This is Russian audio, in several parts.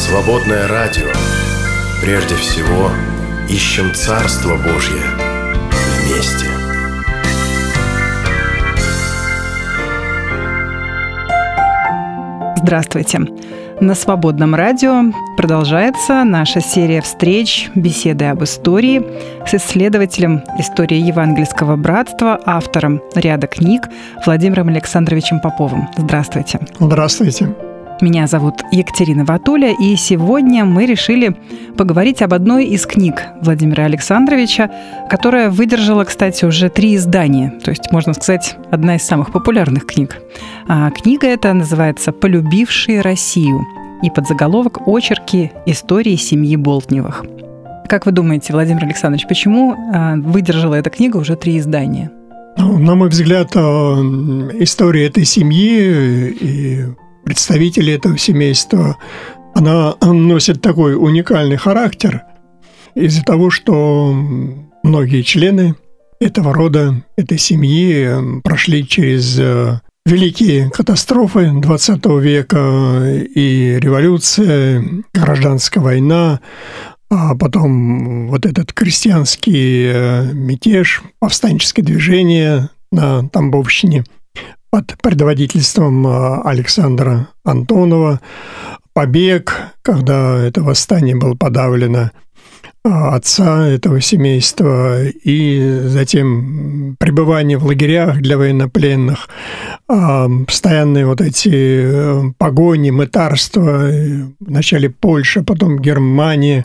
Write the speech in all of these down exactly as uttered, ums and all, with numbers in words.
Свободное радио. Прежде всего, ищем Царство Божье вместе. Здравствуйте! На Свободном радио продолжается наша серия встреч, беседы об истории с исследователем истории Евангельского братства, автором ряда книг Владимиром Александровичем Поповым. Здравствуйте! Здравствуйте! Меня зовут Екатерина Ватуля, и сегодня мы решили поговорить об одной из книг Владимира Александровича, которая выдержала, кстати, уже три издания, то есть, можно сказать, одна из самых популярных книг. А книга эта называется «Полюбившие Россию» и подзаголовок «Очерки истории семьи Болтневых». Как вы думаете, Владимир Александрович, почему выдержала эта книга уже три издания? Ну, на мой взгляд, история этой семьи и представители этого семейства, она носит такой уникальный характер из-за того, что многие члены этого рода, этой семьи прошли через великие катастрофы двадцатого века, и революция, гражданская война, а потом вот этот крестьянский мятеж, повстанческое движение на Тамбовщине под предводительством Александра Антонова, побег, когда это восстание было подавлено отца этого семейства, и затем пребывание в лагерях для военнопленных, постоянные вот эти погони, мытарства, вначале Польша, потом Германия,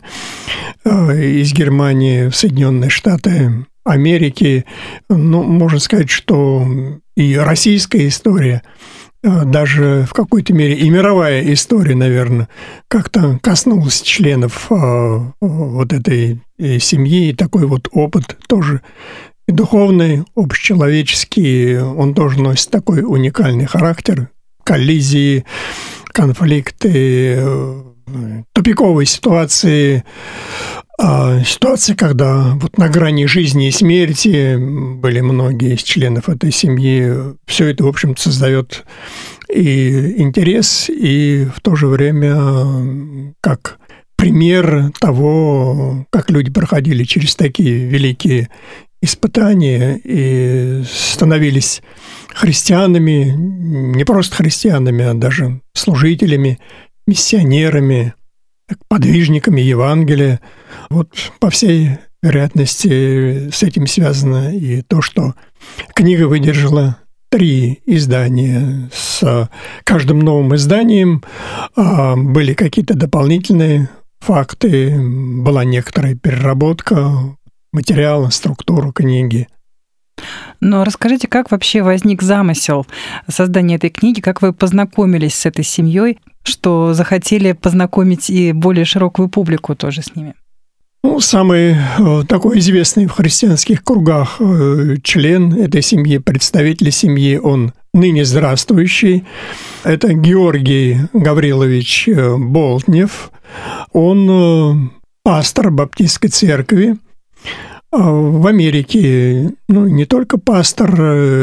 из Германии в Соединенные Штаты Америки. Ну, можно сказать, что и российская история, даже в какой-то мере и мировая история, наверное, как-то коснулась членов вот этой семьи, и такой вот опыт тоже и духовный, общечеловеческий, он тоже носит такой уникальный характер, коллизии, конфликты, тупиковые ситуации, ситуации, когда вот на грани жизни и смерти были многие из членов этой семьи. Все это, в общем-то, создает и интерес, и в то же время как пример того, как люди проходили через такие великие испытания и становились христианами, не просто христианами, а даже служителями, миссионерами, подвижниками Евангелия. Вот по всей вероятности с этим связано и то, что книга выдержала три издания. С каждым новым изданием были какие-то дополнительные факты, была некоторая переработка материала, структуры книги. Но расскажите, как вообще возник замысел создания этой книги, как вы познакомились с этой семьей, что захотели познакомить и более широкую публику тоже с ними? Ну, самый такой известный в христианских кругах член этой семьи, представитель семьи, он ныне здравствующий. Это Георгий Гаврилович Болтнев. Он пастор Баптистской церкви в Америке. Ну, не только пастор,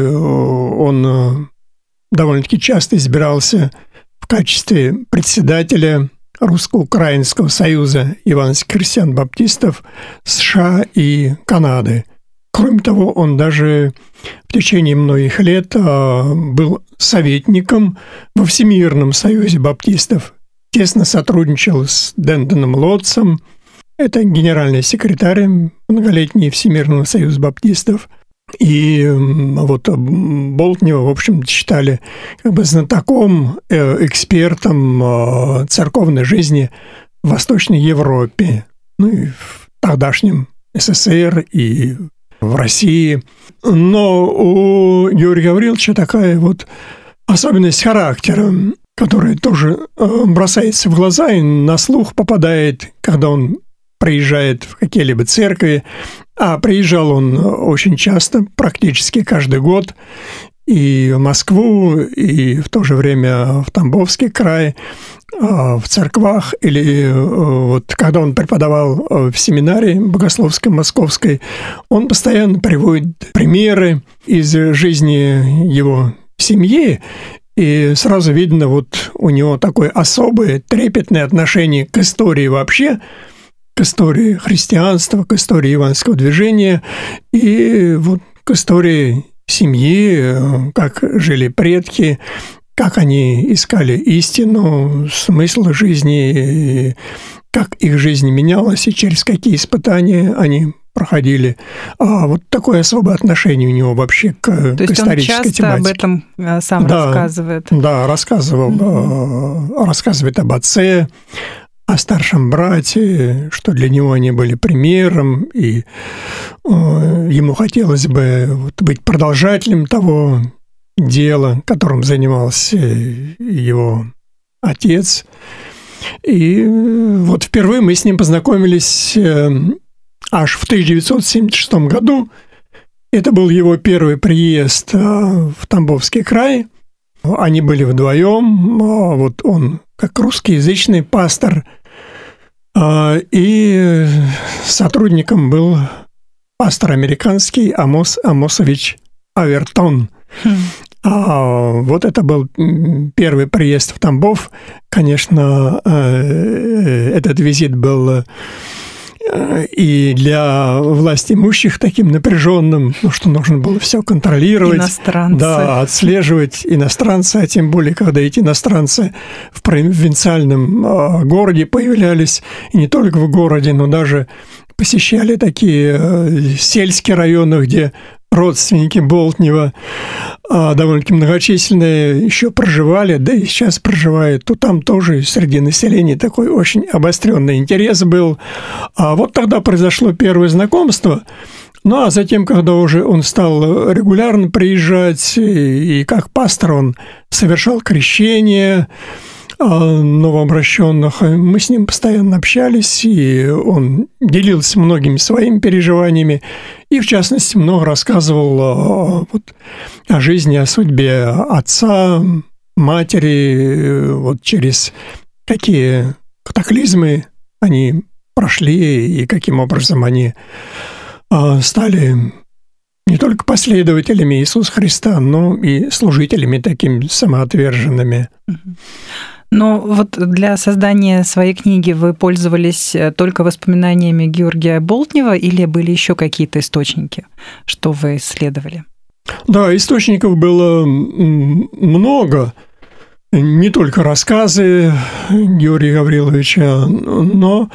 он довольно-таки часто избирался в качестве председателя Русско-Украинского союза евангельских христиан-баптистов США и Канады. Кроме того, он даже в течение многих лет был советником во Всемирном союзе баптистов, тесно сотрудничал с Дэндоном Лотсом, это генеральный секретарь многолетний Всемирного союза баптистов. И вот Болтнева, в общем, считали как бы знатоком, экспертом церковной жизни в Восточной Европе, ну и в тогдашнем СССР и в России. Но у Георгия Гавриловича такая вот особенность характера, которая тоже бросается в глаза и на слух попадает, когда он приезжает в какие-либо церкви, а приезжал он очень часто, практически каждый год, и в Москву, и в то же время в Тамбовский край, в церквах, или вот когда он преподавал в семинарии богословской московской, он постоянно приводит примеры из жизни его семьи, И сразу видно, вот у него такое особое трепетное отношение к истории вообще, к истории христианства, к истории евангельского движения и вот к истории семьи, как жили предки, как они искали истину, смысл жизни, как их жизнь менялась и через какие испытания они проходили. А вот такое особое отношение у него вообще к, То к исторической тематике. То есть он часто об этом сам да, рассказывает? Да, рассказывал. Mm-hmm. Рассказывает об отце, о старшем брате, что для него они были примером, и ему хотелось бы вот быть продолжателем того дела, которым занимался его отец. И вот впервые мы с ним познакомились аж в тысяча девятьсот семьдесят шестом году. Это был его первый приезд в Тамбовский край. Они были вдвоем. Вот он как русскоязычный пастор. И сотрудником был пастор американский Амос Амосович Авертон. Хм. А вот это был первый приезд в Тамбов. Конечно, этот визит был и для власть имущих таким напряженным, ну, что нужно было все контролировать. Иностранцы. Да, отслеживать иностранцы, а тем более, когда эти иностранцы в провинциальном городе появлялись, и не только в городе, но даже посещали такие сельские районы, где родственники Болтнева довольно-таки многочисленные еще проживали, да и сейчас проживают, то там тоже среди населения такой очень обостренный интерес был. А вот тогда произошло первое знакомство. Ну, а затем, когда уже он стал регулярно приезжать, и, и как пастор он совершал крещение новообращенных, мы с ним постоянно общались, и он делился многими своими переживаниями, и, в частности, много рассказывал вот, о жизни, о судьбе отца, матери, вот через какие катаклизмы они прошли, и каким образом они стали не только последователями Иисуса Христа, но и служителями такими самоотверженными. Но вот для создания своей книги вы пользовались только воспоминаниями Георгия Болтнева или были еще какие-то источники, что вы исследовали? Да, источников было много. Не только рассказы Георгия Гавриловича, но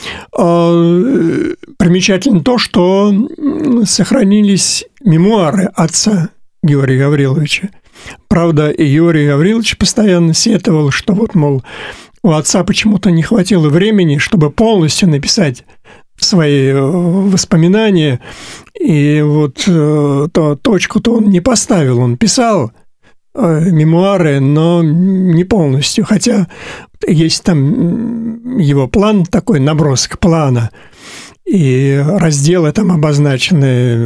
примечательно то, что сохранились мемуары отца Георгия Гавриловича. Правда, и Георгий Гаврилович постоянно сетовал, что вот, мол, у отца почему-то не хватило времени, чтобы полностью написать свои воспоминания, и вот то, точку-то он не поставил, он писал мемуары, но не полностью, хотя есть там его план, такой набросок плана, и разделы там обозначены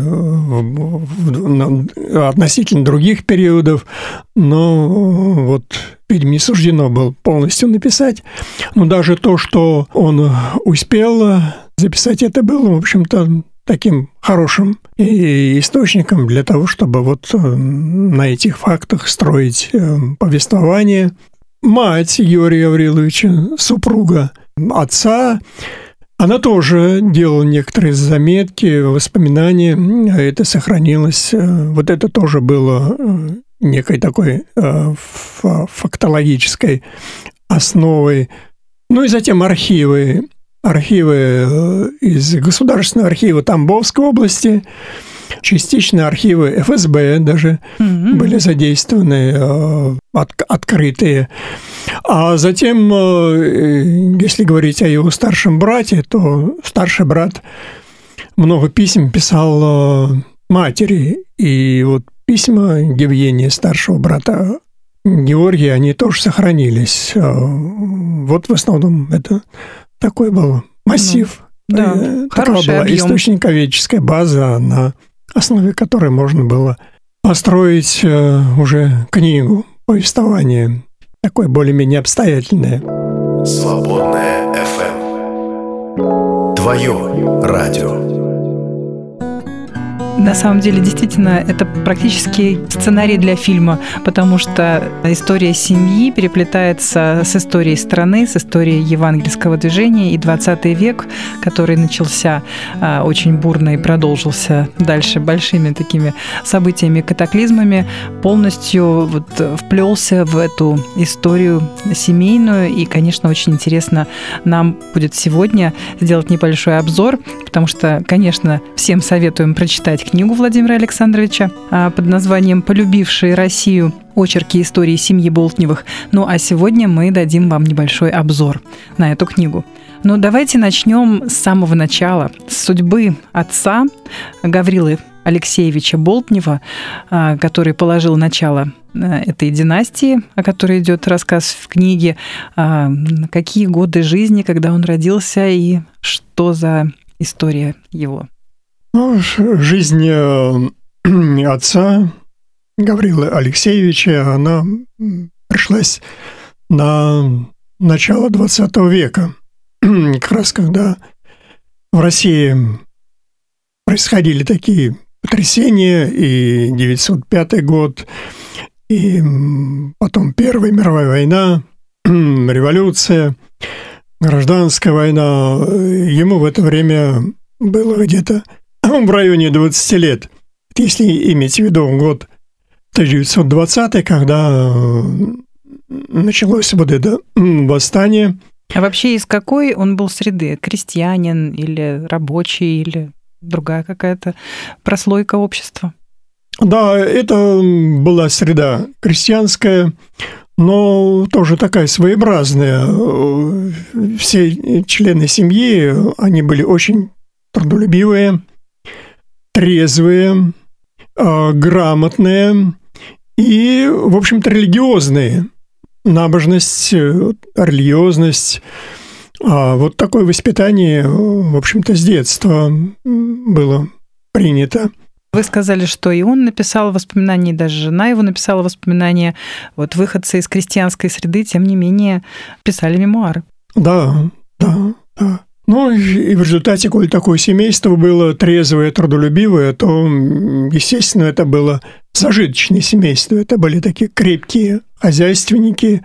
относительно других периодов, но вот, видимо, не суждено было полностью написать. Но даже то, что он успел записать, это было, в общем-то, таким хорошим источником для того, чтобы вот на этих фактах строить повествование. Мать Георгия Гавриловича, супруга отца, она тоже делала некоторые заметки, воспоминания, это сохранилось. Вот это тоже было некой такой фактологической основой. Ну и затем архивы. Архивы из Государственного архива Тамбовской области, частично архивы эф эс бэ даже mm-hmm. были задействованы, от, открытые. А затем, если говорить о его старшем брате, то старший брат много писем писал матери. И вот письма Евгения, старшего брата Георгия, они тоже сохранились. Вот в основном это такой был массив. Ну, да, такая была объем. Источниковедческая база, на основе которой можно было построить уже книгу, повествование, такое более-менее обстоятельное. Свободная эф эм. Твое радио. На самом деле, действительно, это практически сценарий для фильма, потому что история семьи переплетается с историей страны, с историей евангельского движения, и двадцатый век, который начался очень бурно и продолжился дальше большими такими событиями, катаклизмами, полностью вот вплелся в эту историю семейную. И, конечно, очень интересно нам будет сегодня сделать небольшой обзор, потому что, конечно, всем советуем прочитать книгу Владимира Александровича под названием «Полюбившие Россию. Очерки истории семьи Болтневых». Ну а сегодня мы дадим вам небольшой обзор на эту книгу. Но давайте начнем с самого начала, с судьбы отца Гаврилы Алексеевича Болтнева, который положил начало этой династии, о которой идет рассказ в книге. Какие годы жизни, когда он родился, и что за история его? Ну, жизнь отца Гаврилы Алексеевича, она пришлась на начало двадцатого века, как раз когда в России происходили такие потрясения, и девятьсот пятый год, и потом Первая мировая война, революция, гражданская война. Ему в это время было где-то в районе двадцати лет. Если иметь в виду год тысяча девятьсот двадцатый, когда началось вот это восстание. А вообще из какой он был среды? Крестьянин или рабочий, или другая какая-то прослойка общества? Да, это была среда крестьянская, но тоже такая своеобразная. Все члены семьи, они были очень трудолюбивые, трезвые, грамотные и, в общем-то, религиозные. Набожность, религиозность. Вот такое воспитание, в общем-то, с детства было принято. Вы сказали, что и он написал воспоминания, и даже жена его написала воспоминания. Вот выходцы из крестьянской среды, тем не менее, писали мемуары. Да, да, да. Ну, и в результате, коль такое семейство было трезвое, трудолюбивое, то, естественно, это было зажиточное семейство. Это были такие крепкие хозяйственники,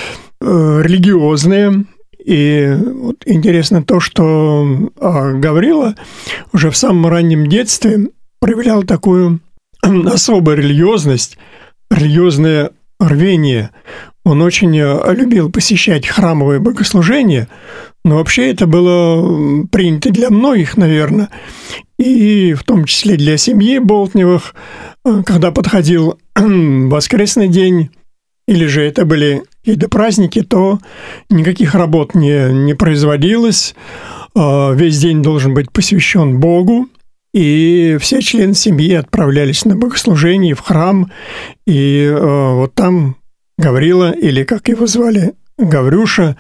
религиозные. И вот интересно то, что Гаврила уже в самом раннем детстве проявлял такую особую религиозность, религиозное рвение. Он очень любил посещать храмовые богослужения, но вообще это было принято для многих, наверное, и в том числе для семьи Болтневых, когда подходил воскресный день, или же это были какие-то праздники, то никаких работ не, не производилось, весь день должен быть посвящен Богу, и все члены семьи отправлялись на богослужение в храм, и вот там Гаврила, или как его звали, Гаврюша,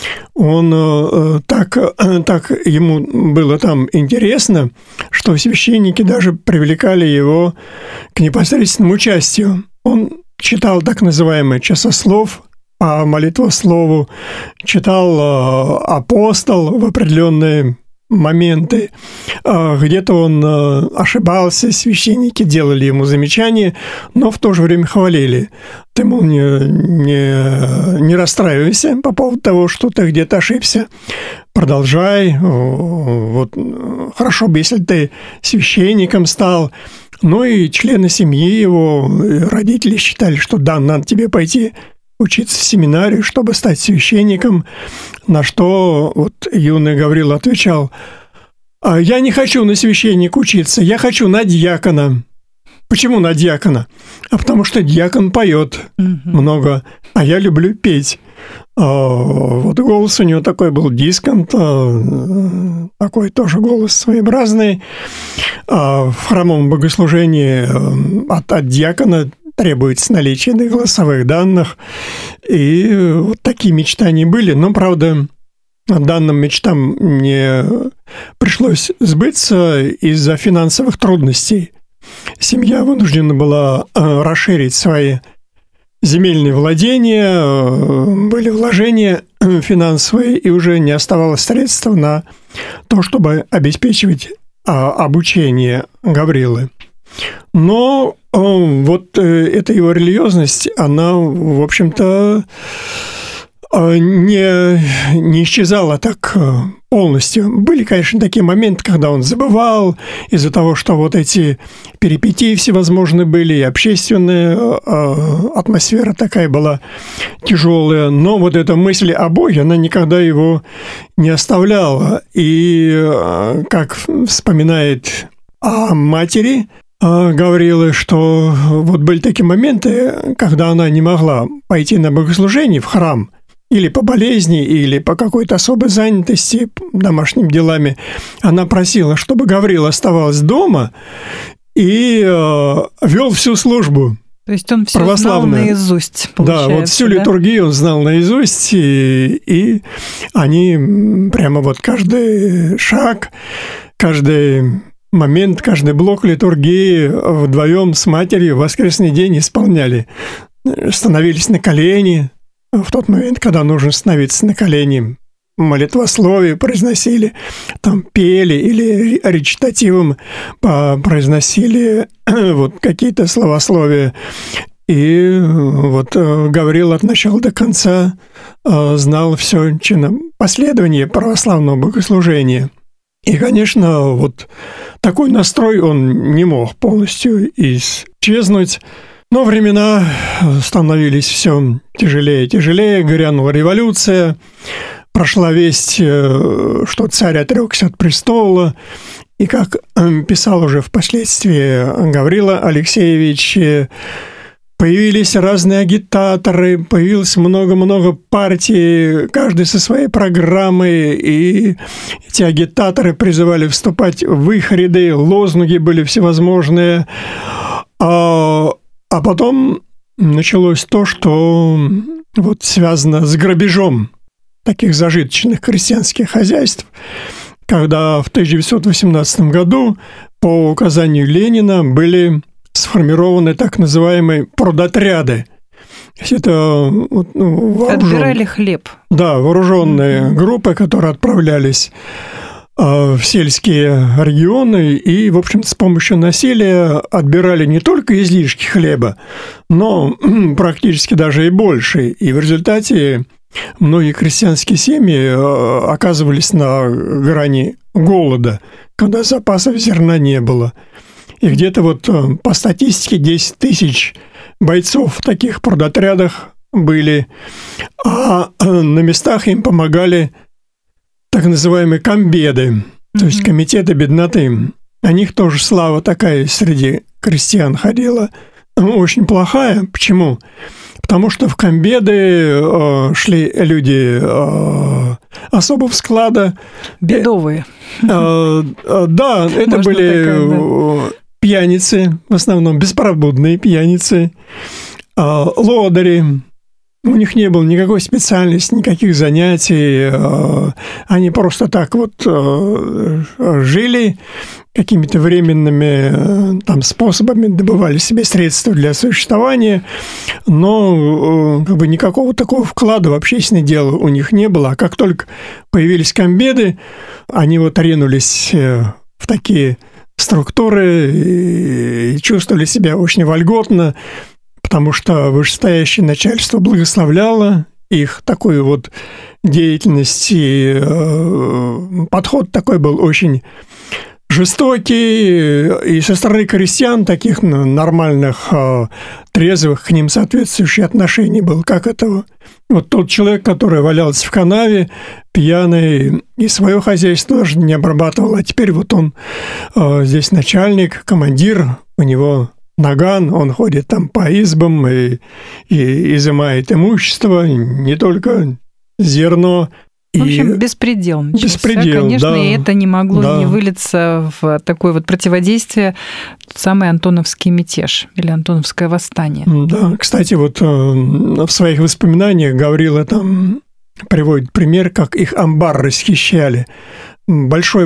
он так, так ему было там интересно, что священники даже привлекали его к непосредственному участию. Он читал так называемый часослов, а молитвослову читал апостол в определенные моменты. Где-то он ошибался, священники делали ему замечания, но в то же время хвалили. Ты, мол, не, не, не расстраивайся по поводу того, что ты где-то ошибся. Продолжай. Вот, хорошо бы, если ты священником стал. Ну и члены семьи его, родители считали, что да, надо тебе пойти учиться в семинарию, чтобы стать священником, на что вот юный Гаврила отвечал: «Я не хочу на священника учиться, я хочу на дьякона». Почему на дьякона? А потому что дьякон поет mm-hmm. много, а я люблю петь. Вот голос у него такой был дисконт, такой тоже голос своеобразный. В храмовом богослужении от, от дьякона требуется наличие голосовых данных. И вот такие мечтания были. Но, правда, данным мечтам не пришлось сбыться из-за финансовых трудностей. Семья вынуждена была расширить свои земельные владения, были вложения финансовые, и уже не оставалось средств на то, чтобы обеспечивать обучения Гаврилы. Но вот эта его религиозность, она, в общем-то, не, не исчезала так полностью. Были, конечно, такие моменты, когда он забывал из-за того, что вот эти перипетии всевозможные были, и общественная атмосфера такая была тяжелая. Но вот эта мысль о Боге, она никогда его не оставляла. И, как вспоминает о матери Гаврилы, что вот были такие моменты, когда она не могла пойти на богослужение в храм, или по болезни, или по какой-то особой занятости домашними делами, она просила, чтобы Гаврила оставалась дома и э, вел всю службу. То есть он все знал наизусть, да, вот всю да? литургию он знал наизусть, и, и они прямо вот каждый шаг, каждый момент, каждый блок литургии вдвоем с матерью в воскресный день исполняли. Становились на колени, в тот момент, когда нужно становиться на колени, молитвословие произносили, там пели или речитативом произносили вот какие-то словословия. И вот Гаврил от начала до конца знал все последование православного богослужения. И, конечно, вот такой настрой он не мог полностью исчезнуть. Но времена становились все тяжелее и тяжелее, грянула революция, прошла весть, что царь отрекся от престола, и, как писал уже впоследствии Гаврила Алексеевич, появились разные агитаторы, появилось много-много партий, каждый со своей программой, и эти агитаторы призывали вступать в их ряды, лозунги были всевозможные. А потом началось то, что вот связано с грабежом таких зажиточных крестьянских хозяйств, когда в тысяча девятьсот восемнадцатом году по указанию Ленина были сформированы так называемые продотряды. Это ну, вооружен... Отбирали хлеб. Да, вооруженные mm-hmm. группы, которые отправлялись в сельские регионы и, в общем-то, с помощью насилия отбирали не только излишки хлеба, но практически даже и больше. И в результате многие крестьянские семьи оказывались на грани голода, когда запасов зерна не было. И где-то вот по статистике десять тысяч бойцов в таких продотрядах были, а на местах им помогали так называемые комбеды, mm-hmm. то есть комитеты бедноты. О них тоже слава такая среди крестьян ходила. Очень плохая. Почему? Потому что в комбеды э, шли люди э, особого склада. Бедовые. Э, э, да, это Можно были такая, да. пьяницы, в основном беспробудные пьяницы, э, лодыри. У них не было никакой специальности, никаких занятий. Они просто так вот жили какими-то временными там, способами, добывали себе средства для существования, но как бы никакого такого вклада в общественное дело у них не было. А как только появились комбеды, они вот ринулись в такие структуры и чувствовали себя очень вольготно, потому что вышестоящее начальство благословляло их такую вот деятельность, и э, подход такой был очень жестокий, и со стороны крестьян таких нормальных, э, трезвых, к ним соответствующее отношение было, как этого. Вот тот человек, который валялся в канаве, пьяный, и свое хозяйство даже не обрабатывал, а теперь вот он э, здесь начальник, командир, у него наган, он ходит там по избам и, и изымает имущество, не только зерно. В общем, и... беспредел начался. Беспредел, конечно, да, и это не могло да. не вылиться в такое вот противодействие, тот самый Антоновский мятеж или Антоновское восстание. Да, кстати, вот в своих воспоминаниях Гаврила там приводит пример, как их амбар расхищали. Большой был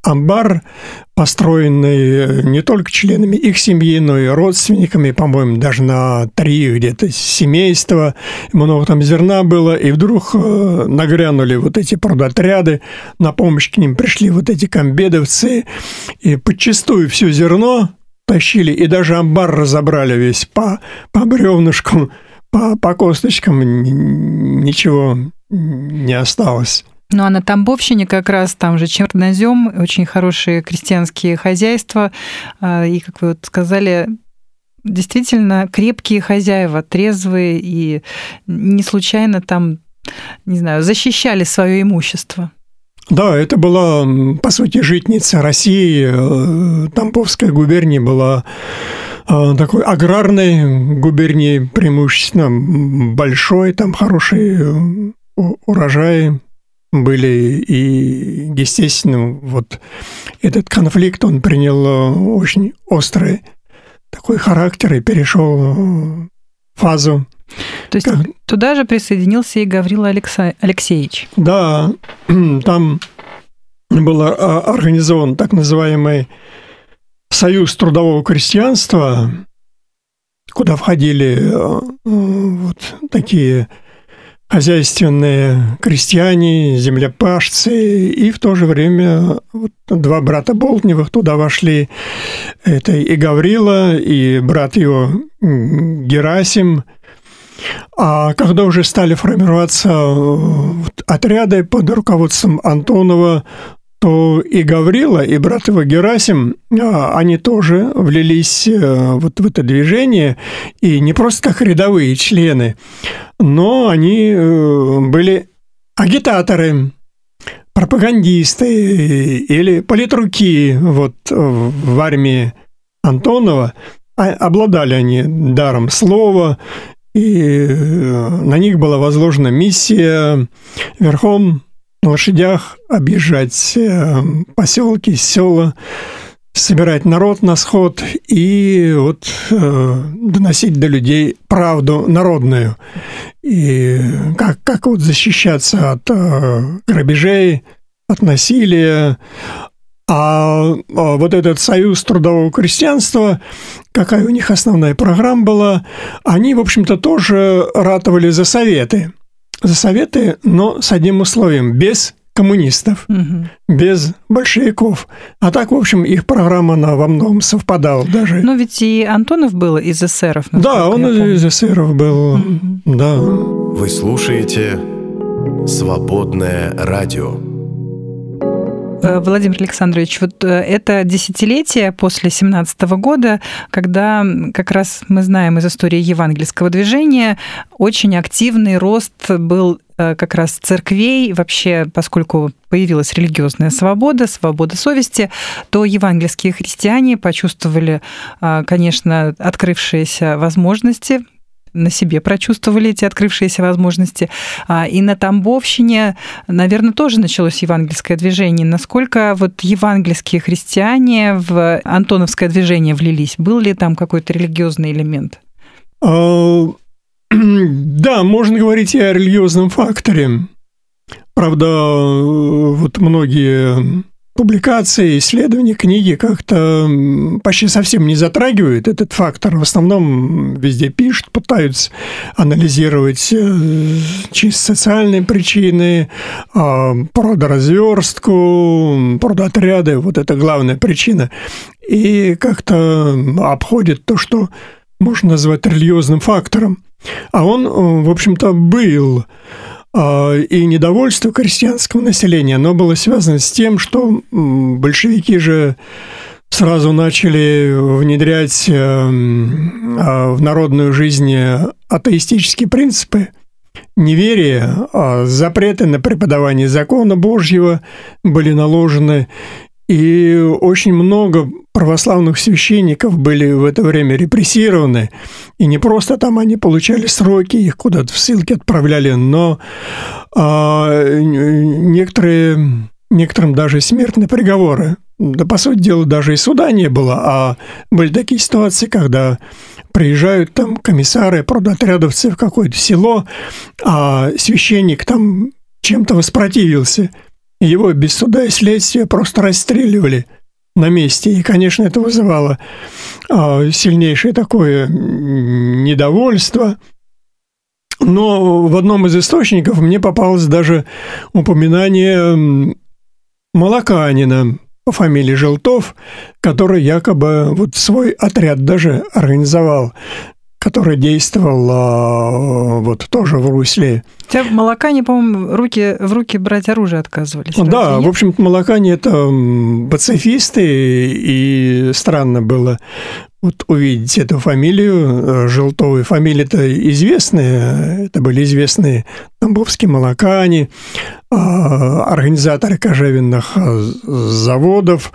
амбар, построенный не только членами их семьи, но и родственниками, по-моему, даже на три где-то семейства. Много там зерна было, и вдруг нагрянули вот эти продотряды, на помощь к ним пришли вот эти комбедовцы, и подчистую все зерно тащили, и даже амбар разобрали весь по, по бревнышкам, по, по косточкам, ничего не осталось. Ну, а на Тамбовщине как раз там же чернозем, очень хорошие крестьянские хозяйства, и, как вы вот сказали, действительно крепкие хозяева, трезвые, и не случайно там, не знаю, защищали свое имущество. Да, это была, по сути, житница России. Тамбовская губерния была такой аграрной губернией, преимущественно большой, там хорошие урожаи были, и, естественно, вот этот конфликт, он принял очень острый такой характер и перешел в фазу. То есть как... туда же присоединился и Гаврила Алекса... Алексеевич. Да, там был организован так называемый Союз трудового крестьянства, куда входили вот такие хозяйственные крестьяне, землепашцы, и в то же время вот два брата Болтневых туда вошли. Это и Гаврила, и брат его Герасим. А когда уже стали формироваться отряды под руководством Антонова, то и Гаврила, и брат его Герасим, они тоже влились вот в это движение, и не просто как рядовые члены, но они были агитаторы, пропагандисты или политруки вот в армии Антонова. Обладали они даром слова, и на них была возложена миссия верхом на лошадях объезжать поселки, села, собирать народ на сход и вот э, доносить до людей правду народную. И как, как вот защищаться от э, грабежей, от насилия. А, а вот этот союз трудового крестьянства, какая у них основная программа была, они, в общем-то, тоже ратовали за советы. За советы, но с одним условием – без коммунистов, угу. без большевиков. А так, в общем, их программа, она во многом совпадала даже. Но ведь и Антонов был из эсеров. Да, он из эсеров был, угу. да. Вы слушаете «Свободное радио». Владимир Александрович, вот это десятилетие после семнадцатого года, когда как раз мы знаем из истории евангельского движения, очень активный рост был как раз церквей, вообще, поскольку появилась религиозная свобода, свобода совести, то евангельские христиане почувствовали, конечно, открывшиеся возможности, на себе прочувствовали эти открывшиеся возможности. И на Тамбовщине, наверное, тоже началось евангельское движение. Насколько вот евангельские христиане в антоновское движение влились? Был ли там какой-то религиозный элемент? Да, можно говорить и о религиозном факторе. Правда, вот многие публикации, исследования, книги как-то почти совсем не затрагивают этот фактор. В основном везде пишут, пытаются анализировать чисто социальные причины, продоразверстку, продотряды. Вот это главная причина. И как-то обходят то, что можно назвать религиозным фактором. А он, в общем-то, был. И недовольство крестьянского населения, оно было связано с тем, что большевики же сразу начали внедрять в народную жизнь атеистические принципы, неверие, запреты на преподавание закона Божьего были наложены, и очень много православных священников были в это время репрессированы, и не просто там они получали сроки, их куда-то в ссылки отправляли, но а, некоторые, некоторым даже смертные приговоры. Да, по сути дела, даже и суда не было, а были такие ситуации, когда приезжают там комиссары, продотрядовцы в какое-то село, а священник там чем-то воспротивился, его без суда и следствия просто расстреливали на месте. И, конечно, это вызывало сильнейшее такое недовольство. Но в одном из источников мне попалось даже упоминание молоканина по фамилии Желтов, который якобы вот свой отряд даже организовал, который действовал вот тоже в русле. Хотя в молокане, по-моему, руки, в руки брать оружие отказывались. Да, в общем-то, молокане – это пацифисты, и странно было вот увидеть эту фамилию Желтовой. Фамилии-то известные, это были известные тамбовские молокане, организаторы кожевенных заводов.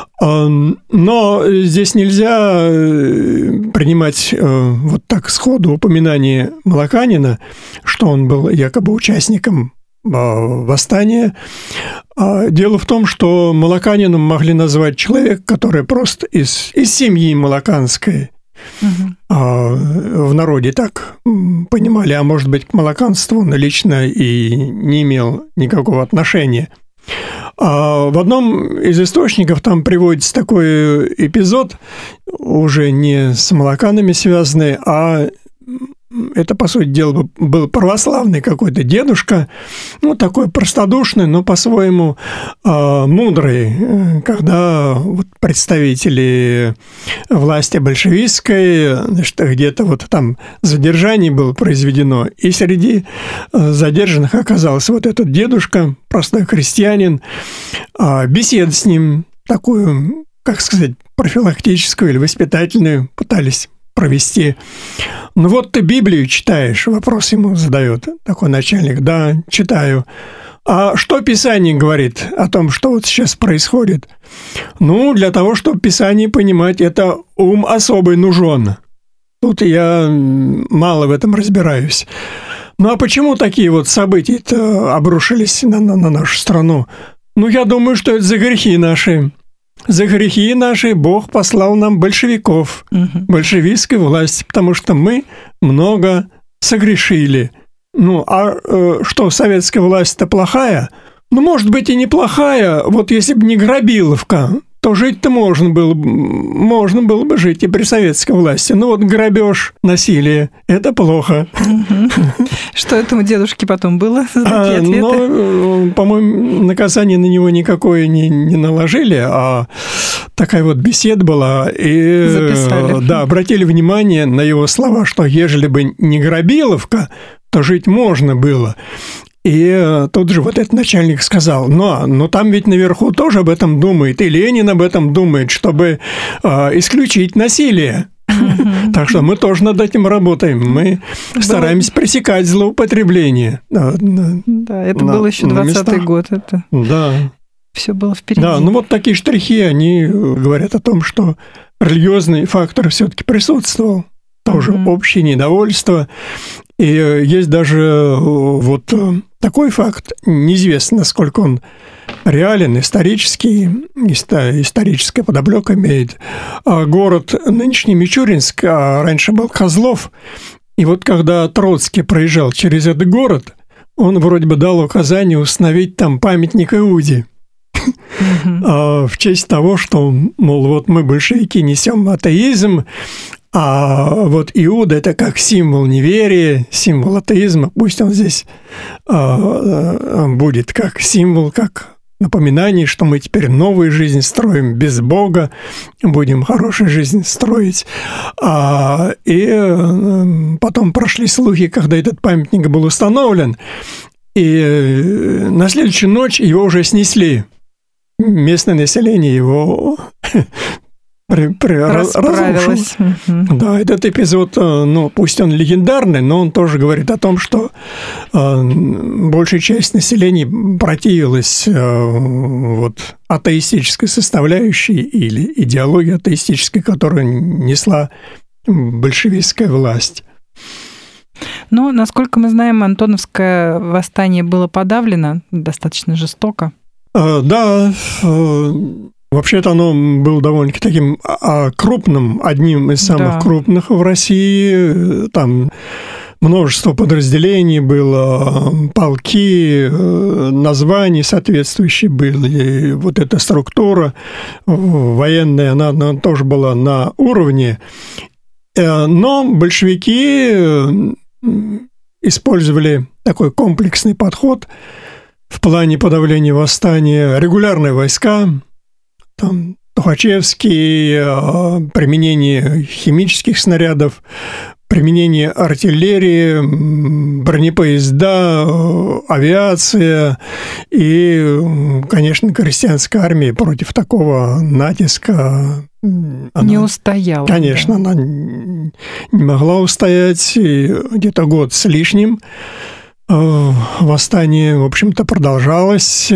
Но здесь нельзя принимать вот так сходу упоминание молоканина, что он был якобы участником восстания. Дело в том, что молоканином могли назвать человека, который просто из, из семьи молоканской. Угу. В народе так понимали, а может быть, к молоканству он лично и не имел никакого отношения. В одном из источников там приводится такой эпизод, уже не с молоканами связанный, а это, по сути дела, был православный какой-то дедушка, ну, такой простодушный, но по-своему э, мудрый, когда вот представители власти большевистской, значит, где-то вот там задержание было произведено, и среди задержанных оказался вот этот дедушка, простой крестьянин, э, беседу с ним такую, как сказать, профилактическую или воспитательную пытались провести. Ну вот ты Библию читаешь, вопрос ему задает такой начальник. Да, читаю. А что Писание говорит о том, что вот сейчас происходит? Ну, для того, чтобы Писание понимать, это ум особый нужен. Тут я мало в этом разбираюсь. Ну а почему такие вот события обрушились на, на, на нашу страну? Ну, я думаю, что это за грехи наши. За грехи наши Бог послал нам большевиков, угу. большевистской власти, потому что мы много согрешили. Ну, а э, что, советская власть-то плохая? Ну, может быть, и неплохая. Вот если бы не Грабиловка, то жить-то можно было, можно было бы жить и при советской власти. Ну, вот грабеж, насилие – это плохо. Что этому дедушке потом было за такие ответы? Ну, по-моему, наказание на него никакое не, не наложили, а такая вот беседа была. И, записали. Да, обратили внимание на его слова, что ежели бы не Грабиловка, то жить можно было. И тут же вот этот начальник сказал, но, но там ведь наверху тоже об этом думает, и Ленин об этом думает, чтобы э, исключить насилие. Mm-hmm. Так что мы тоже над этим работаем. Мы было... стараемся пресекать злоупотребление. Да, да это на, был еще двадцатый год. Это... Да. Все было впереди. Да, ну вот такие штрихи, они говорят о том, что религиозный фактор все-таки присутствовал. Тоже mm-hmm. общее недовольство. И есть даже вот такой факт, неизвестно, насколько он реален, исторический, историческая подоплека имеет. Город нынешний Мичуринск, а раньше был Козлов, и вот когда Троцкий проезжал через этот город, он вроде бы дал указание установить там памятник Иуде. Mm-hmm. В честь того, что, мол, вот мы, большевики, несем атеизм, а вот Иуда – это как символ неверия, символ атеизма. Пусть он здесь а, будет как символ, как напоминание, что мы теперь новую жизнь строим без Бога, будем хорошую жизнь строить. А, и потом прошли слухи, когда этот памятник был установлен, и на следующую ночь его уже снесли. Местное население его... При, при, расправилась. Угу. Да, этот эпизод, ну, пусть он легендарный, но он тоже говорит о том, что э, большая часть населения противилась э, вот, атеистической составляющей или идеологии атеистической, которую несла большевистская власть. Ну, насколько мы знаем, Антоновское восстание было подавлено достаточно жестоко. Э, да, э, вообще-то оно было довольно-таки таким крупным, одним из самых да. крупных в России. Там множество подразделений было, полки, названия соответствующие были. Вот эта структура военная, она, она тоже была на уровне. Но большевики использовали такой комплексный подход в плане подавления восстания. Регулярные войска, там Тухачевский, применение химических снарядов, применение артиллерии, бронепоезда, авиация и, конечно, крестьянская армия против такого натиска. Она, не устояла. Конечно, да. Она не могла устоять. И где-то год с лишним восстание, в общем-то, продолжалось.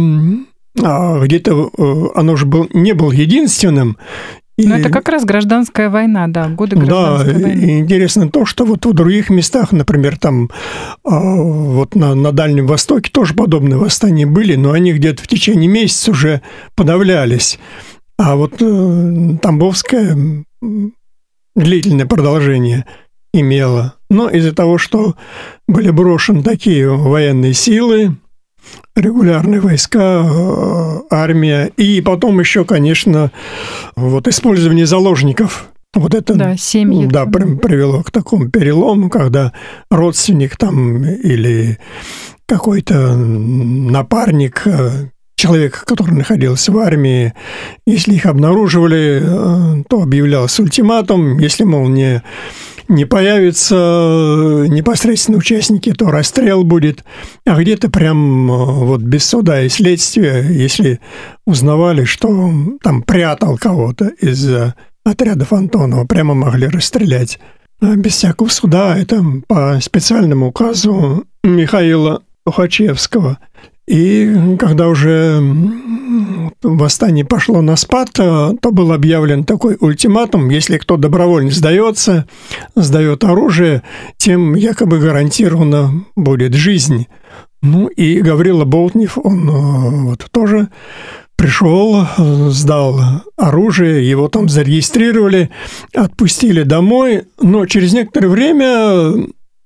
А где-то оно же был, не было единственным. Но и... это как раз гражданская война, да, годы гражданской да, войны. И интересно то, что вот в других местах, например, там вот на, на Дальнем Востоке тоже подобные восстания были, но они где-то в течение месяца уже подавлялись. А вот Тамбовское длительное продолжение имело. Но из-за того, что были брошены такие военные силы, регулярные войска, армия, и потом еще, конечно, вот использование заложников. Вот это, да, семьи. Да, привело к такому перелому, когда родственник там или какой-то напарник человека, который находился в армии, если их обнаруживали, то объявлялся ультиматум, если, мол, не... не появятся непосредственно участники, то расстрел будет. А где-то прям вот без суда и следствия, если узнавали, что там прятал кого-то из отрядов Антонова, прямо могли расстрелять. А без всякого суда, это по специальному указу Михаила Тухачевского. И когда уже восстание пошло на спад, то был объявлен такой ультиматум: если кто добровольно сдается, сдает оружие, тем якобы гарантирована будет жизнь. Ну и Гаврила Болтнев, он вот тоже пришел, сдал оружие, его там зарегистрировали, отпустили домой, но через некоторое время...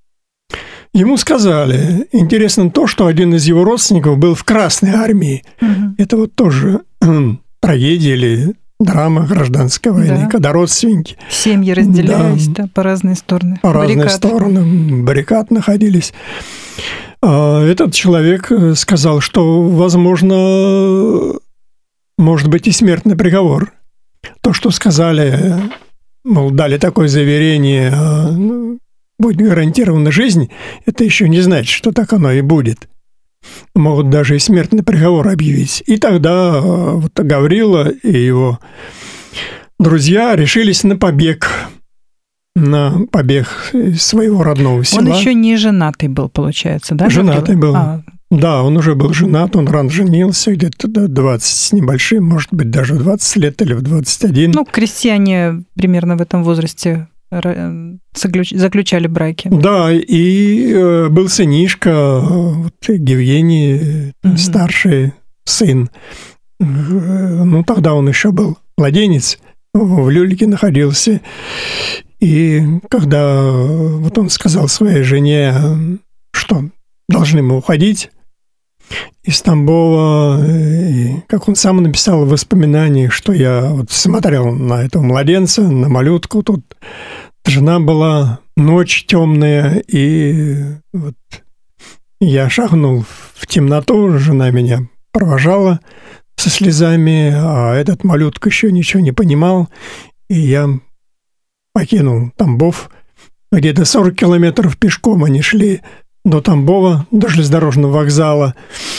Ему сказали, интересно то, что один из его родственников был в Красной армии. Угу. Это вот тоже трагедия или драма гражданской войны, да. Когда родственники... Семьи разделялись, да, да, по разные стороны. По баррикад. разные стороны баррикад находились. Этот человек сказал, что, возможно, может быть и смертный приговор. То, что сказали, мол, дали такое заверение... будет гарантирована жизнь, это еще не значит, что так оно и будет. Могут даже и смертный приговор объявить. И тогда вот Гаврила и его друзья решились на побег. На побег из своего родного села. Он еще не женатый был, получается, да? Женатый был. А. Да, он уже был женат, он рано женился, где-то до двадцати с небольшим, может быть, даже в двадцать лет или в двадцать один. Ну, крестьяне примерно в этом возрасте заключали браки. Да, и э, был сынишка, вот, Евгений, угу. старший сын. Ну, тогда он еще был младенец, в люльке находился. И когда вот он сказал своей жене, что должны мы уходить из Тамбова, и, как он сам написал в воспоминаниях, что я вот смотрел на этого младенца, на малютку, тут жена была, ночь темная, и вот я шагнул в темноту, жена меня провожала со слезами, а этот малютка еще ничего не понимал, и я покинул Тамбов. Где-то сорок километров пешком они шли до Тамбова, до железнодорожного вокзала,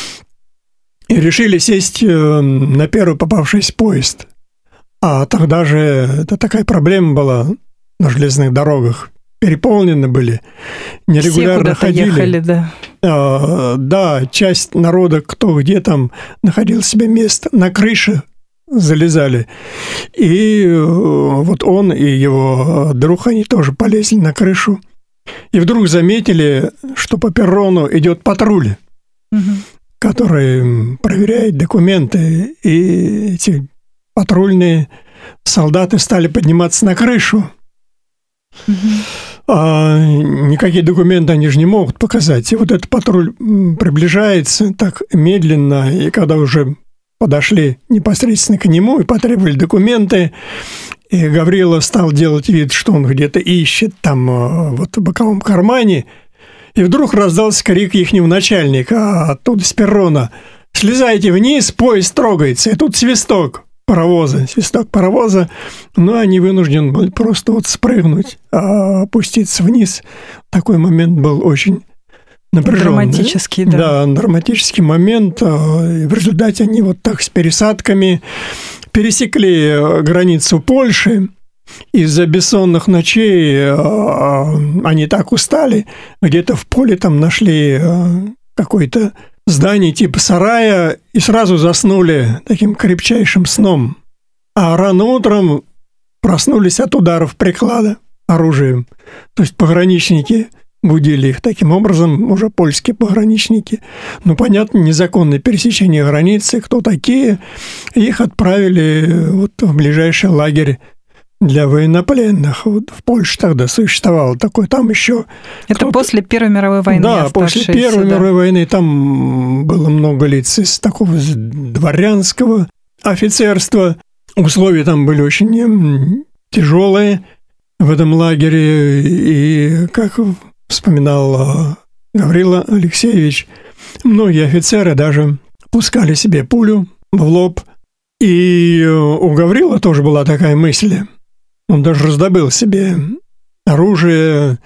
и решили сесть на первый попавшийся поезд. А тогда же это такая проблема была на железных дорогах. Переполнены были, нерегулярно все ходили. Ехали, да. А, да, часть народа, кто где там находил себе место, на крыше залезали. И вот он и его друг, они тоже полезли на крышу. И вдруг заметили, что по перрону идет патруль, угу. который проверяет документы. И эти патрульные солдаты стали подниматься на крышу. Угу. а никакие документы они же не могут показать. И вот этот патруль приближается так медленно, и когда уже подошли непосредственно к нему и потребовали документы, и Гаврила стал делать вид, что он где-то ищет там вот в боковом кармане, и вдруг раздался крик ихнего начальника оттуда с перрона: «Слезайте вниз, поезд трогается!» И тут свисток паровоза, свисток паровоза, но они вынуждены были просто вот спрыгнуть, а опуститься вниз. Такой момент был очень напряженный. Драматический, да. Да, драматический момент. В результате они вот так с пересадками пересекли границу Польши. Из-за бессонных ночей они так устали, где-то в поле там нашли какой-то здание типа сарая и сразу заснули таким крепчайшим сном. А рано утром проснулись от ударов приклада оружием. То есть пограничники будили их таким образом, уже польские пограничники. Ну, понятно, незаконное пересечение границы, кто такие. Их отправили вот в ближайший лагерь для военнопленных. Вот в Польше тогда существовал такой, там еще... Это после Первой мировой войны. Да, после Первой да. мировой войны там было много лиц из такого дворянского офицерства. Условия там были очень тяжелые в этом лагере. И, как вспоминал Гаврила Алексеевич, многие офицеры даже пускали себе пулю в лоб. И у Гаврила тоже была такая мысль. Он даже раздобыл себе оружие,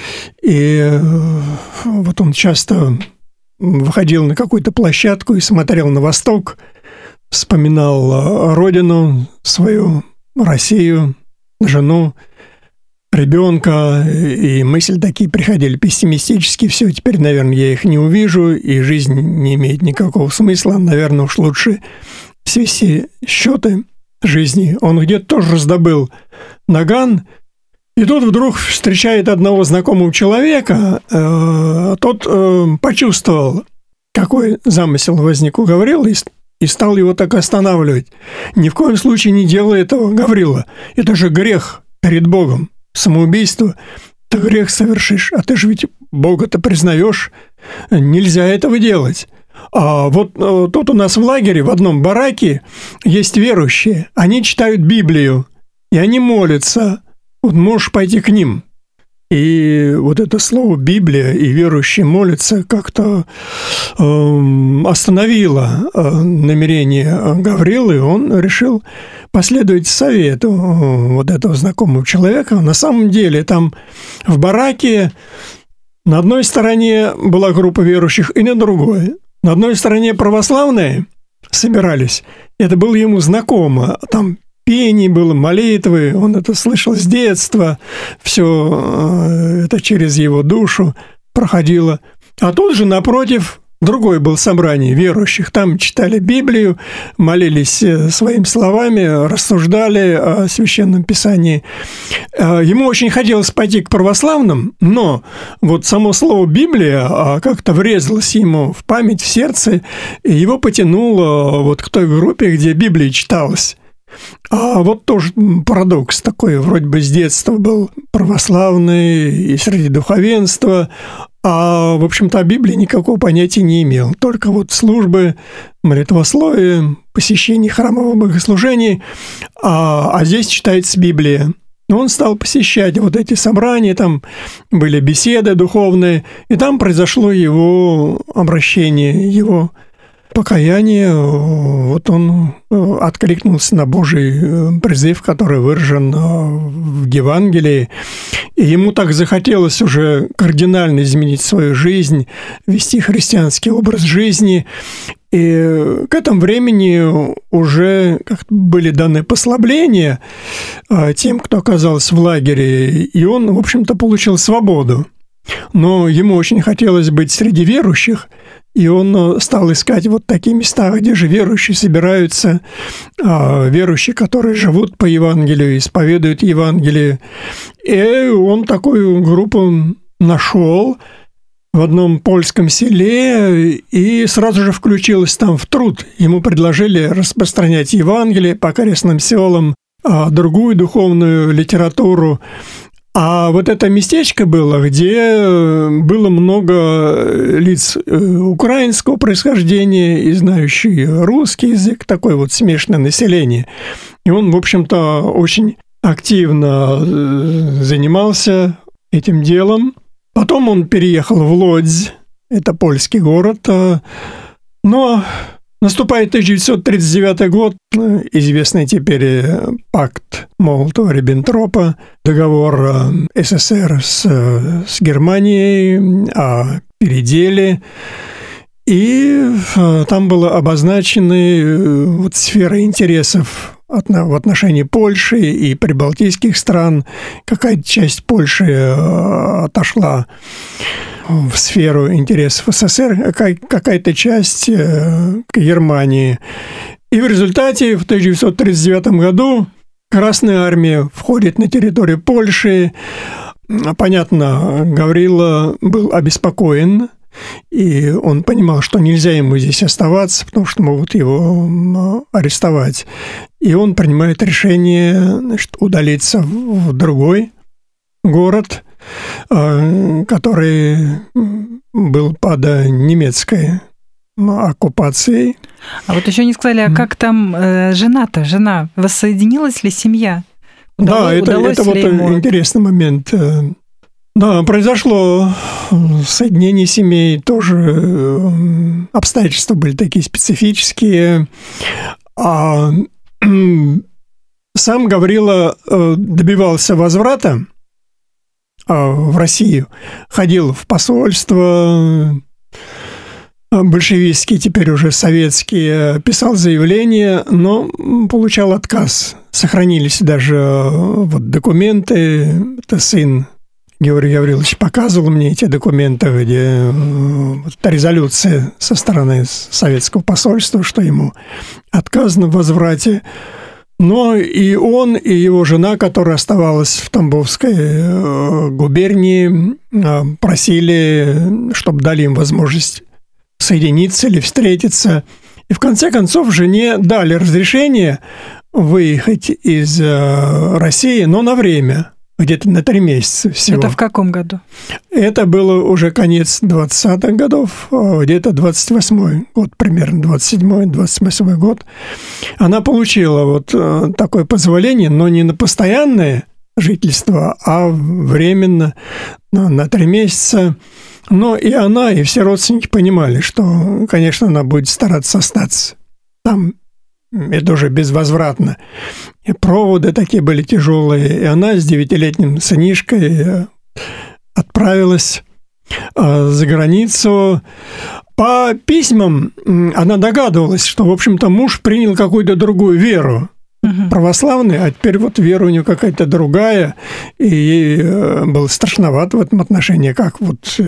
и вот он часто выходил на какую-то площадку и смотрел на восток, вспоминал родину, свою Россию, жену, ребенка, и мысли такие приходили пессимистические: все, теперь, наверное, я их не увижу, и жизнь не имеет никакого смысла, наверное, уж лучше все счеты жизни. Он где-то тоже раздобыл наган, и тут вдруг встречает одного знакомого человека. Э, тот э, почувствовал, какой замысел возник у Гаврилы, и, и стал его так останавливать. Ни в коем случае не делай этого, Гаврила. Это же грех перед Богом. Самоубийство. Ты грех совершишь, а ты же ведь Бога-то признаешь. Нельзя этого делать. А вот а, тут у нас в лагере, в одном бараке, есть верующие. Они читают Библию, и они молятся. Вот можешь пойти к ним. И вот это слово «Библия» и «верующие молятся» как-то э, остановило э, намерение Гаврилы. Он решил последовать совету вот этого знакомого человека. На самом деле там в бараке на одной стороне была группа верующих и на другой. На одной стороне православные собирались, это было ему знакомо, там пение было, молитвы, он это слышал с детства, все это через его душу проходило. А тут же напротив другое было собрание верующих, там читали Библию, молились своими словами, рассуждали о Священном Писании. Ему очень хотелось пойти к православным, но вот само слово «Библия» как-то врезалось ему в память, в сердце, и его потянуло вот к той группе, где Библия читалась. А вот тоже парадокс такой, вроде бы с детства был православный и среди духовенства, а, в общем-то, о Библии никакого понятия не имел. Только вот службы, молитвословие, посещение храмовых богослужений, а, а здесь читается Библия. Он стал посещать вот эти собрания, там были беседы духовные, и там произошло его обращение, его покаяние. Вот он откликнулся на Божий призыв, который выражен в Евангелии. И ему так захотелось уже кардинально изменить свою жизнь, вести христианский образ жизни. И к этому времени уже как-то были даны послабления тем, кто оказался в лагере, и он, в общем-то, получил свободу. Но ему очень хотелось быть среди верующих, и он стал искать вот такие места, где же верующие собираются, верующие, которые живут по Евангелию, исповедуют Евангелие. И он такую группу нашел в одном польском селе и сразу же включился там в труд. Ему предложили распространять Евангелие по окрестным селам, другую духовную литературу. А вот это местечко было, где было много лиц украинского происхождения и знающие русский язык, такое вот смешанное население. И он, в общем-то, очень активно занимался этим делом. Потом он переехал в Лодзь, это польский город. Но наступает тысяча девятьсот тридцать девятый год, известный теперь пакт Молотова-Риббентропа, договор СССР с, с Германией о переделе. И там было обозначены вот сферы интересов в отношении Польши и прибалтийских стран. Какая-то часть Польши отошла в сферу интересов СССР, какая-то часть к Германии. И в результате в тысяча девятьсот тридцать девятом году Красная Армия входит на территорию Польши. Понятно, Гаврила был обеспокоен, и он понимал, что нельзя ему здесь оставаться, потому что могут его арестовать. И он принимает решение, значит, удалиться в другой город, который был под немецкой оккупацией. А вот еще не сказали, а как там э, жена-то, жена, воссоединилась ли семья? Удалось, да, это, это вот ему... интересный момент. Да, произошло соединение семей, тоже обстоятельства были такие специфические. А сам Гаврила добивался возврата в Россию, ходил в посольство большевистские, теперь уже советские, писал заявления, но получал отказ. Сохранились даже вот документы. Это сын Георгий Гаврилович показывал мне эти документы, где вот резолюция со стороны советского посольства, что ему отказано в возврате. Но и он, и его жена, которая оставалась в Тамбовской губернии, просили, чтобы дали им возможность соединиться или встретиться. И в конце концов жене дали разрешение выехать из России, но на время, где-то на три месяца всего. Это в каком году? Это было уже конец двадцатых годов, где-то двадцать восьмой год, примерно двадцать седьмой двадцать восьмой год. Она получила вот такое позволение, но не на постоянное жительство, а временно, на три месяца. Но и она, и все родственники понимали, что, конечно, она будет стараться остаться там. Это уже безвозвратно. И проводы такие были тяжелые. И она с девятилетним сынишкой отправилась за границу. По письмам она догадывалась, что, в общем-то, муж принял какую-то другую веру. Православный, а теперь вот вера у нее какая-то другая, и ей было страшновато в этом отношении, как вот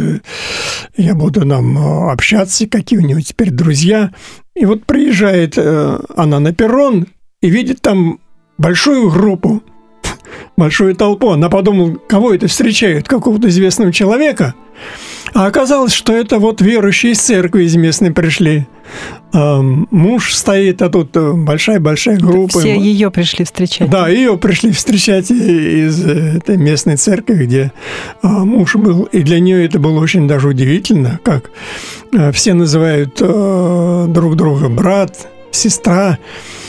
я буду нам общаться, какие у нее теперь друзья. И вот приезжает она на перрон и видит там большую группу, большую толпу. Она подумала, кого это встречают, какого-то известного человека. А оказалось, что это вот верующие из церкви из местной пришли. А, муж стоит, а тут большая-большая группа. Все ее пришли встречать. Да, ее пришли встречать из этой местной церкви, где а, муж был. И для нее это было очень даже удивительно, как а, все называют а, друг друга брат, сестра.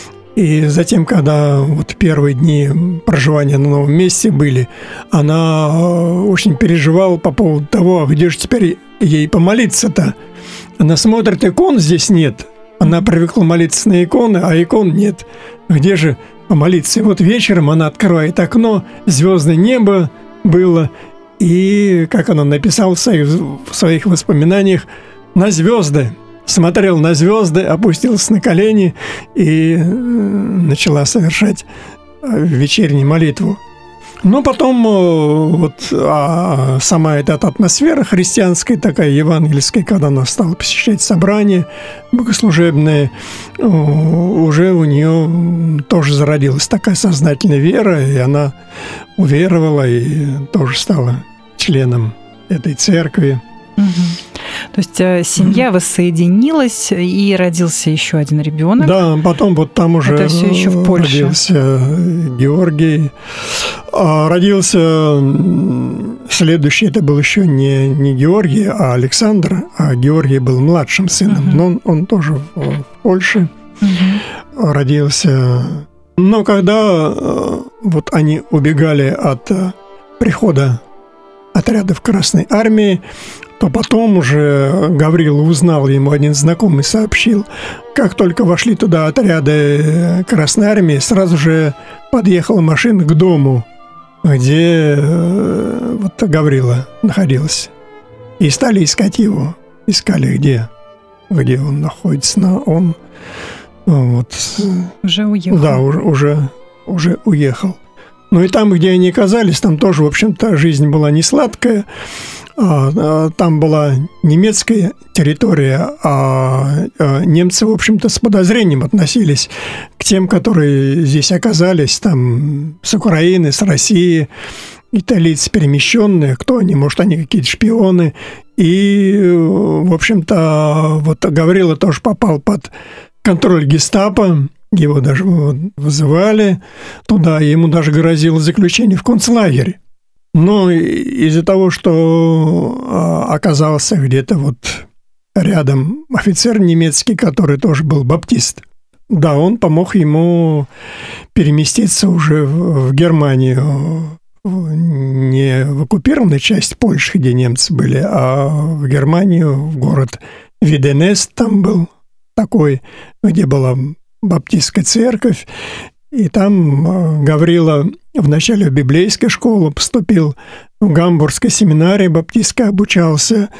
И затем, когда вот первые дни проживания на новом месте были, она очень переживала по поводу того, где же теперь ей помолиться-то. Она смотрит, икон здесь нет. Она привыкла молиться на иконы, а икон нет. Где же помолиться? И вот вечером она открывает окно, звездное небо было, и, как она написала в своих, в своих воспоминаниях, на звезды. Смотрел на звезды, опустился на колени и начала совершать вечернюю молитву. Но потом вот а сама эта атмосфера христианская, такая евангельская, когда она стала посещать собрания богослужебные, уже у нее тоже зародилась такая сознательная вера, и она уверовала и тоже стала членом этой церкви. Угу. То есть семья воссоединилась, и родился еще один ребенок. Да, потом вот там уже это все еще в Польше. Родился Георгий. Родился следующий, это был еще не, не Георгий, а Александр, а Георгий был младшим сыном, uh-huh. но он, он тоже в Польше uh-huh. родился. Но когда вот они убегали от прихода отрядов Красной Армии, то потом уже Гаврила узнал, ему один знакомый сообщил, как только вошли туда отряды Красной Армии, сразу же подъехала машина к дому, где вот Гаврила находился. И стали искать его. Искали, где, где он находится. Но он вот, уже уехал. Да, уже, уже, уже уехал. Ну и там, где они оказались, там тоже, в общем-то, жизнь была не сладкая. Там была немецкая территория, а немцы, в общем-то, с подозрением относились к тем, которые здесь оказались, там, с Украины, с России, итальянцы перемещенные, кто они, может, они какие-то шпионы. И, в общем-то, вот Гаврила тоже попал под контроль гестапо, его даже вызывали туда, и ему даже грозило заключение в концлагере. Но из-за того, что оказался где-то вот рядом офицер немецкий, который тоже был баптист, да, он помог ему переместиться уже в Германию, не в оккупированную часть Польши, где немцы были, а в Германию, в город Виденест там был такой, где была баптистская церковь. И там Гаврила вначале в библейскую школу поступил, в Гамбургской семинарии баптистской обучался,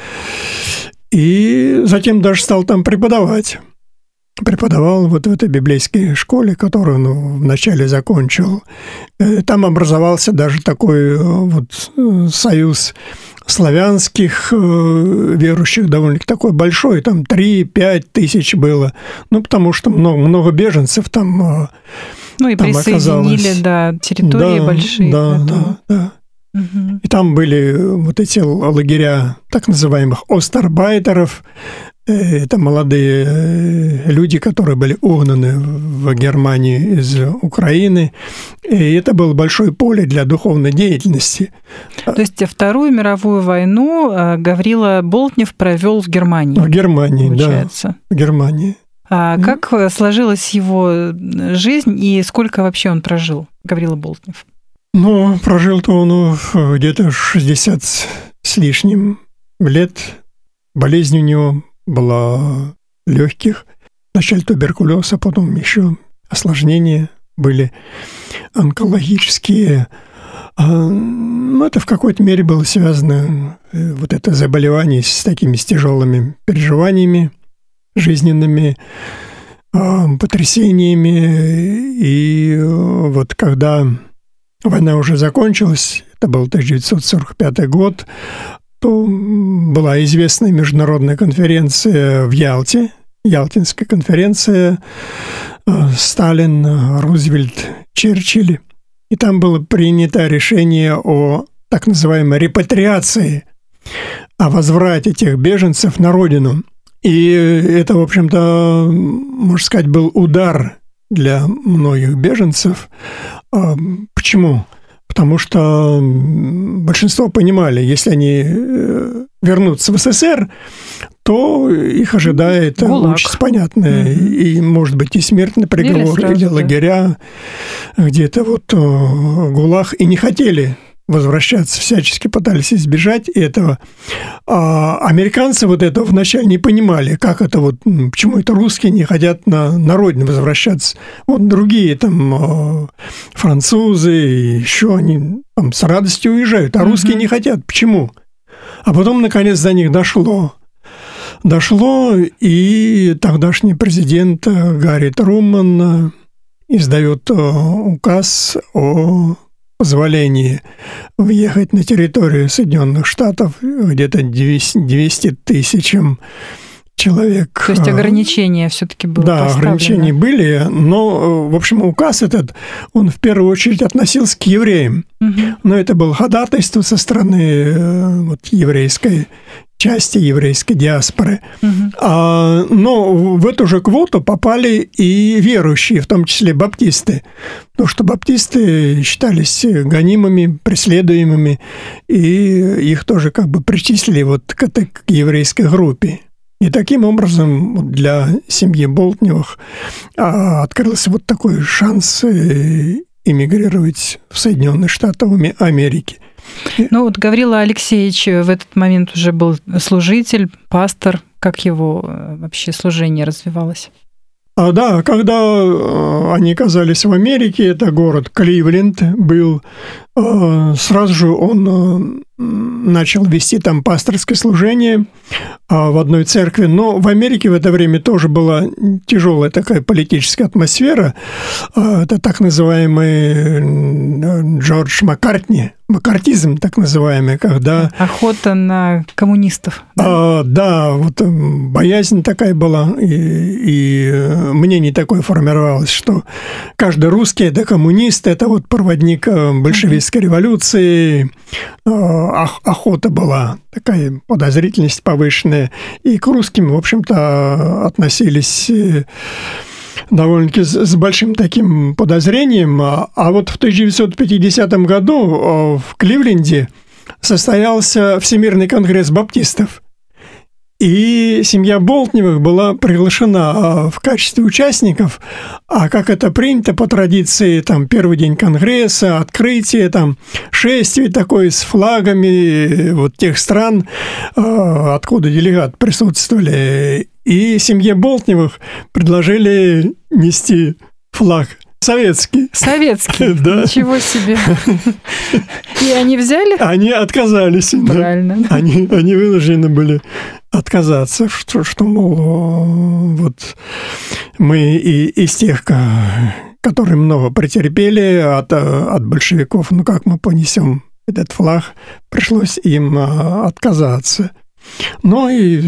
и затем даже стал там преподавать. Преподавал вот в этой библейской школе, которую он вначале закончил. Там образовался даже такой вот союз славянских верующих, довольно такой большой, там три-пять тысяч было. Ну, потому что много, много беженцев там. Ну и там присоединили, оказалось. Да, территории да, большие. Да, да, да. Угу. И там были вот эти лагеря так называемых остарбайтеров. Это молодые люди, которые были угнаны в Германию из Украины. И это было большое поле для духовной деятельности. То есть Вторую мировую войну Гаврила Болтнев провел в Германии? В Германии, получается. Да, в Германии. А mm. как сложилась его жизнь и сколько вообще он прожил, Гаврила Болтнев? Ну, прожил-то он где-то шестьдесят с лишним лет. Болезнь у него была легких. Вначале туберкулез, а потом еще осложнения были онкологические. Ну, это в какой-то мере было связано, вот это заболевание, с такими с тяжелыми переживаниями жизненными, потрясениями. И вот когда война уже закончилась, это был тысяча девятьсот сорок пятый год, то была известная международная конференция в Ялте, Ялтинская конференция, Сталин, Рузвельт, Черчилль. И там было принято решение о так называемой репатриации, о возврате тех беженцев на родину. И это, в общем-то, можно сказать, был удар для многих беженцев. Почему? Потому что большинство понимали, если они вернутся в СССР, то их ожидает ГУЛАГ. Участь понятная, угу. и, может быть, и смертный приговор, или, сразу, или лагеря, да. где-то вот ГУЛАГ, и не хотели возвращаться, всячески пытались избежать этого. А американцы вот этого вначале не понимали, как это вот, почему это русские не хотят на, на родину возвращаться. Вот другие там французы, еще они там с радостью уезжают, а русские mm-hmm. не хотят. Почему? А потом, наконец, до них дошло. Дошло, и тогдашний президент Гарри Труман издает указ о позволении въехать на территорию Соединенных Штатов где-то двести тысячам человек. То есть ограничения все-таки было Да, поставлено. ограничения были, но, в общем, указ этот, он в первую очередь относился к евреям. Угу. Но это было ходатайство со стороны вот, еврейской части, еврейской диаспоры. Угу. А, но в эту же квоту попали и верующие, в том числе баптисты. Потому что баптисты считались гонимыми, преследуемыми, и их тоже как бы причислили вот к этой к еврейской группе. И таким образом для семьи Болтневых открылся вот такой шанс эмигрировать в Соединенные Штаты Америки. Ну вот Гаврила Алексеевич в этот момент уже был служитель, пастор. Как его вообще служение развивалось? А, да, когда они оказались в Америке, это город Кливленд был, сразу же он начал вести там пасторское служение в одной церкви. Но в Америке в это время тоже была тяжелая такая политическая атмосфера. Это так называемый Джордж Маккартни, маккартизм так называемый, когда... Охота на коммунистов. Да, а, да вот боязнь такая была, и, и мнение такое формировалось, что каждый русский – это коммунист, это вот проводник большевистской революции. Охота была, такая подозрительность повышенная. И к русским, в общем-то, относились довольно-таки с большим таким подозрением. А вот в тысяча девятьсот пятидесятом году в Кливленде состоялся Всемирный конгресс баптистов. И семья Болтневых была приглашена в качестве участников, а как это принято по традиции, там первый день конгресса, открытие, там шествие такое с флагами вот тех стран, откуда делегаты присутствовали. И семье Болтневых предложили нести флаг советский. Советский? Да. Ничего себе. И они взяли? Они отказались. Правильно. Да. Они, они вынуждены были отказаться, что, что, мол, вот мы и из тех, которые много претерпели от, от большевиков, ну как мы понесем этот флаг, пришлось им отказаться. Ну и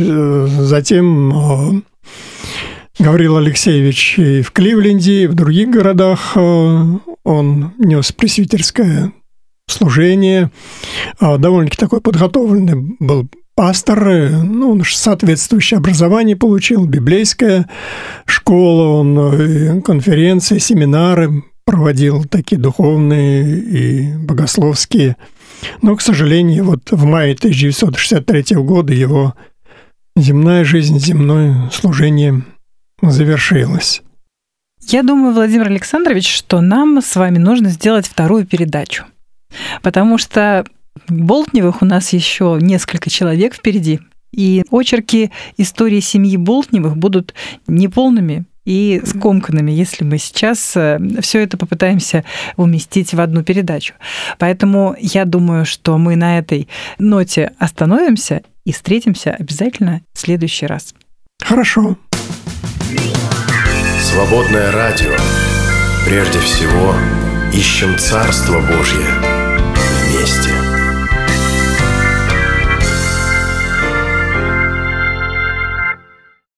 затем Гаврил Алексеевич и в Кливленде, и в других городах он нес пресвитерское служение, довольно-таки такой подготовленный был пастор, ну, он соответствующее образование получил, библейская школа, он конференции, семинары проводил, такие духовные и богословские. Но, к сожалению, вот в мае тысяча девятьсот шестьдесят третьего года его земная жизнь, земное служение завершилось. Я думаю, Владимир Александрович, что нам с вами нужно сделать вторую передачу, потому что Болтневых у нас еще несколько человек впереди, и очерки истории семьи Болтневых будут неполными и скомканными, если мы сейчас все это попытаемся уместить в одну передачу. Поэтому я думаю, что мы на этой ноте остановимся и встретимся обязательно в следующий раз. Хорошо. Свободное радио. Прежде всего, ищем Царство Божье вместе.